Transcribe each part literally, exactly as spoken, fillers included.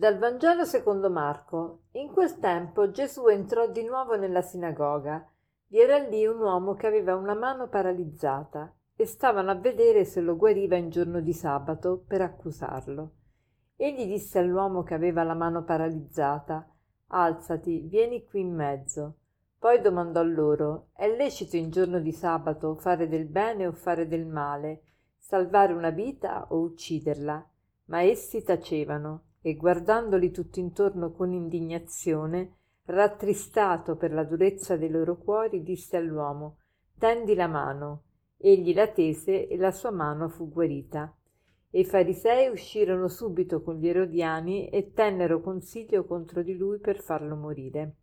Dal Vangelo secondo Marco. In quel tempo Gesù entrò di nuovo nella sinagoga. Vi era lì un uomo che aveva una mano paralizzata e stavano a vedere se lo guariva in giorno di sabato per accusarlo. Egli disse all'uomo che aveva la mano paralizzata: «Alzati, vieni qui in mezzo». Poi domandò loro: «È lecito in giorno di sabato fare del bene o fare del male, salvare una vita o ucciderla?» Ma essi tacevano. E guardandoli tutt'intorno con indignazione, rattristato per la durezza dei loro cuori, disse all'uomo: «Tendi la mano». Egli la tese e la sua mano fu guarita. E i farisei uscirono subito con gli erodiani e tennero consiglio contro di lui per farlo morire.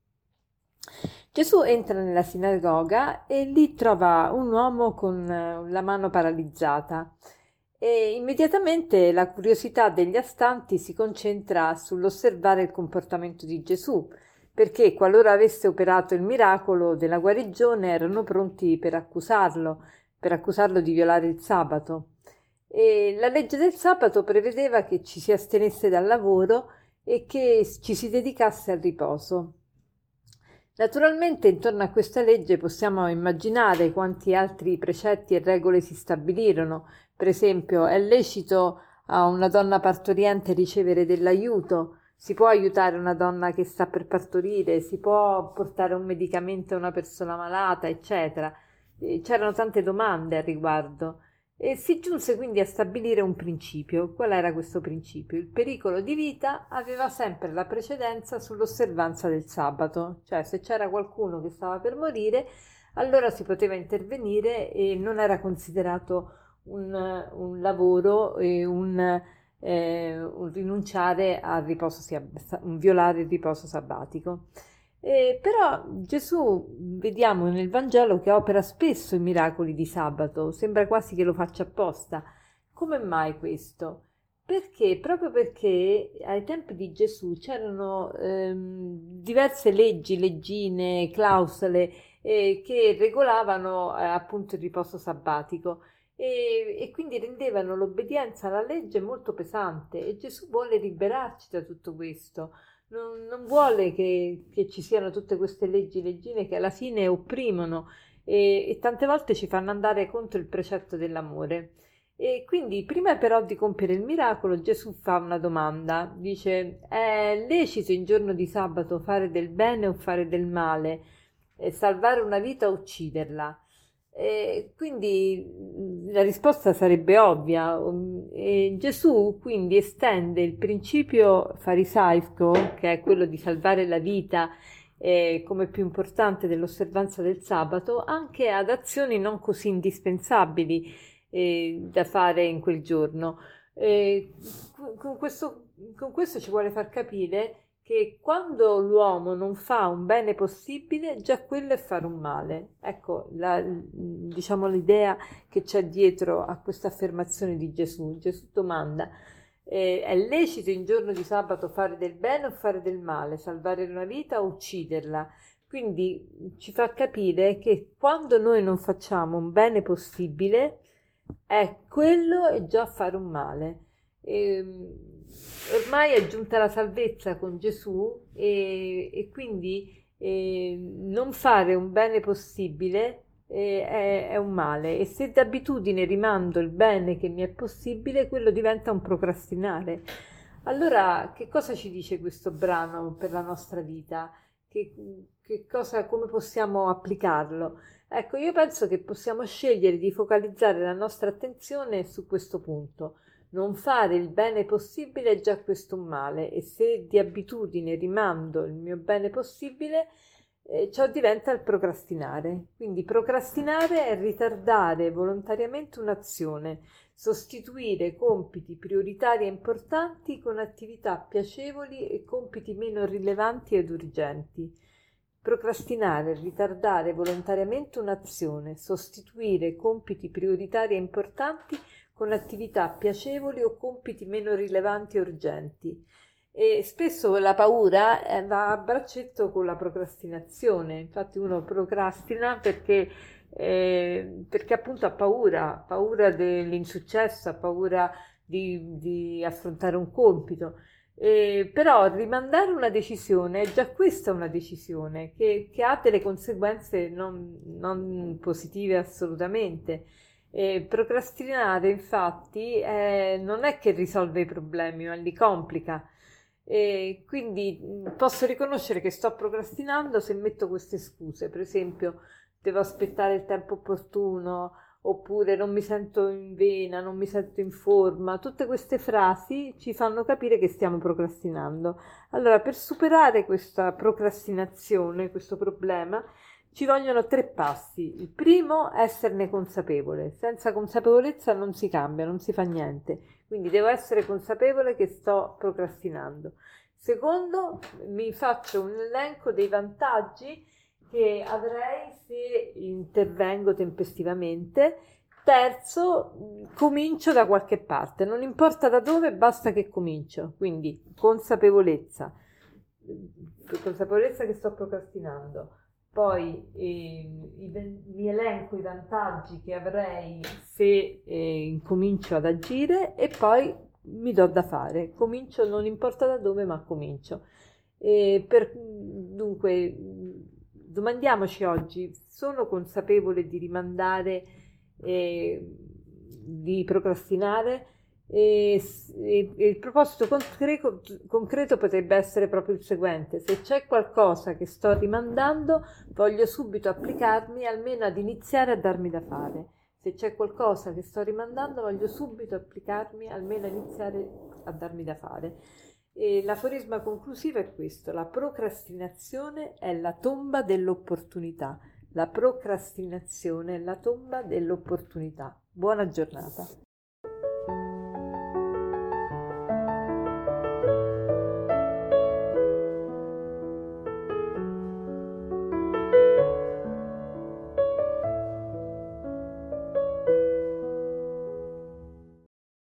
Gesù entra nella sinagoga e lì trova un uomo con la mano paralizzata. E immediatamente la curiosità degli astanti si concentra sull'osservare il comportamento di Gesù, perché qualora avesse operato il miracolo della guarigione erano pronti per accusarlo, per accusarlo di violare il sabato. E la legge del sabato prevedeva che ci si astenesse dal lavoro e che ci si dedicasse al riposo. Naturalmente intorno a questa legge possiamo immaginare quanti altri precetti e regole si stabilirono. Per esempio, è lecito a una donna partoriente ricevere dell'aiuto, si può aiutare una donna che sta per partorire, si può portare un medicamento a una persona malata, eccetera. C'erano tante domande al riguardo. E si giunse quindi a stabilire un principio. Qual era questo principio? Il pericolo di vita aveva sempre la precedenza sull'osservanza del sabato, cioè se c'era qualcuno che stava per morire, allora si poteva intervenire e non era considerato un, un lavoro e un, eh, un rinunciare al riposo, un violare il riposo sabbatico. Eh, però Gesù vediamo nel Vangelo che opera spesso i miracoli di sabato, sembra quasi che lo faccia apposta. Come mai questo? Perché? Proprio perché ai tempi di Gesù c'erano ehm, diverse leggi, leggine, clausole eh, che regolavano eh, appunto il riposo sabbatico e, e quindi rendevano l'obbedienza alla legge molto pesante e Gesù vuole liberarci da tutto questo. Non, non vuole che, che ci siano tutte queste leggi leggine che alla fine opprimono e, e tante volte ci fanno andare contro il precetto dell'amore. E quindi prima però di compiere il miracolo Gesù fa una domanda, dice: è lecito in giorno di sabato fare del bene o fare del male, eh, salvare una vita o ucciderla? E quindi la risposta sarebbe ovvia. E Gesù quindi estende il principio farisaico, che è quello di salvare la vita eh, come più importante dell'osservanza del sabato, anche ad azioni non così indispensabili eh, da fare in quel giorno. Eh, con questo, con questo ci vuole far capire che quando l'uomo non fa un bene possibile, già quello è fare un male. Ecco, la, diciamo l'idea che c'è dietro a questa affermazione di Gesù. Gesù domanda: eh, è lecito in giorno di sabato fare del bene o fare del male, salvare una vita o ucciderla? Quindi ci fa capire che quando noi non facciamo un bene possibile, è quello è già fare un male. E, ormai è giunta la salvezza con Gesù e, e quindi eh, non fare un bene possibile eh, è, è un male, e se d'abitudine rimando il bene che mi è possibile, quello diventa un procrastinare. Allora, che cosa ci dice questo brano per la nostra vita? Che, che cosa, come possiamo applicarlo? Ecco, io penso che possiamo scegliere di focalizzare la nostra attenzione su questo punto. Non fare il bene possibile è già questo un male, e se di abitudine rimando il mio bene possibile, eh, ciò diventa il procrastinare. Quindi procrastinare è ritardare volontariamente un'azione, sostituire compiti prioritari e importanti con attività piacevoli e compiti meno rilevanti ed urgenti. Procrastinare è ritardare volontariamente un'azione, sostituire compiti prioritari e importanti con attività piacevoli o compiti meno rilevanti e urgenti. E spesso la paura va a braccetto con la procrastinazione. Infatti uno procrastina perché, eh, perché appunto ha paura, paura dell'insuccesso, ha paura di, di affrontare un compito. Eh, però rimandare una decisione è già questa una decisione che, che ha delle conseguenze non, non positive assolutamente. Eh, procrastinare, infatti, eh, non è che risolve i problemi, ma li complica. E quindi mh, posso riconoscere che sto procrastinando se metto queste scuse, per esempio, devo aspettare il tempo opportuno, oppure non mi sento in vena, non mi sento in forma. Tutte queste frasi ci fanno capire che stiamo procrastinando. Allora, per superare questa procrastinazione, questo problema, ci vogliono tre passi. Il primo, esserne consapevole. Senza consapevolezza non si cambia, non si fa niente. Quindi devo essere consapevole che sto procrastinando. Secondo, mi faccio un elenco dei vantaggi che avrei se intervengo tempestivamente. Terzo, comincio da qualche parte, non importa da dove, basta che comincio. Quindi consapevolezza, consapevolezza che sto procrastinando. Poi eh, mi elenco i vantaggi che avrei se eh, incomincio ad agire e poi mi do da fare. Comincio, non importa da dove, ma comincio. E per, dunque, domandiamoci oggi, sono consapevole di rimandare, eh, di procrastinare? E, e, e il proposito concreto, concreto potrebbe essere proprio il seguente: se c'è qualcosa che sto rimandando, voglio subito applicarmi almeno ad iniziare a darmi da fare. Se c'è qualcosa che sto rimandando, voglio subito applicarmi almeno a iniziare a darmi da fare. E l'aforisma conclusivo è questo: la procrastinazione è la tomba dell'opportunità. La procrastinazione è la tomba dell'opportunità. Buona giornata.